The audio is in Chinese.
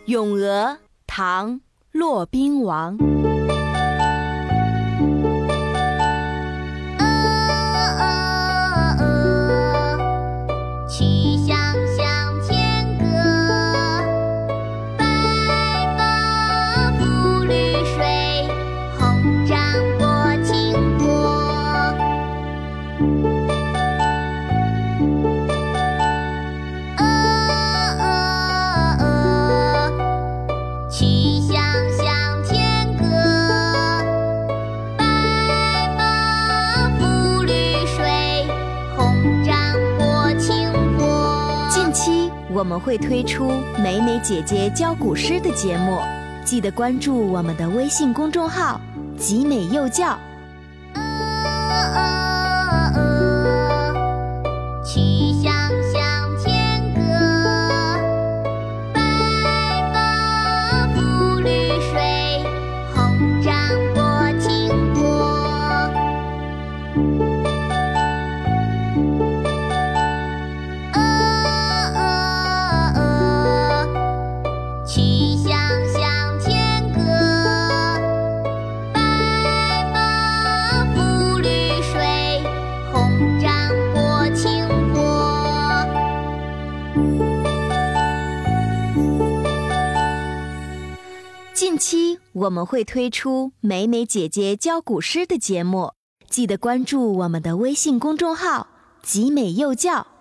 咏鹅，唐·骆宾王。 曲项向前歌，白马浮绿水，红掌拨清波。曲项向前歌，白马浮绿水，红掌拨清波。 近期我们会推出美美姐姐教古诗的节目，记得关注我们的微信公众号“集美幼教”。 曲项向前歌，白马浮绿水，红掌拨清波。曲项向前歌，白马浮绿水，红掌拨清波。 近期我们会推出美美姐姐教古诗的节目，记得关注我们的微信公众号“集美幼教”。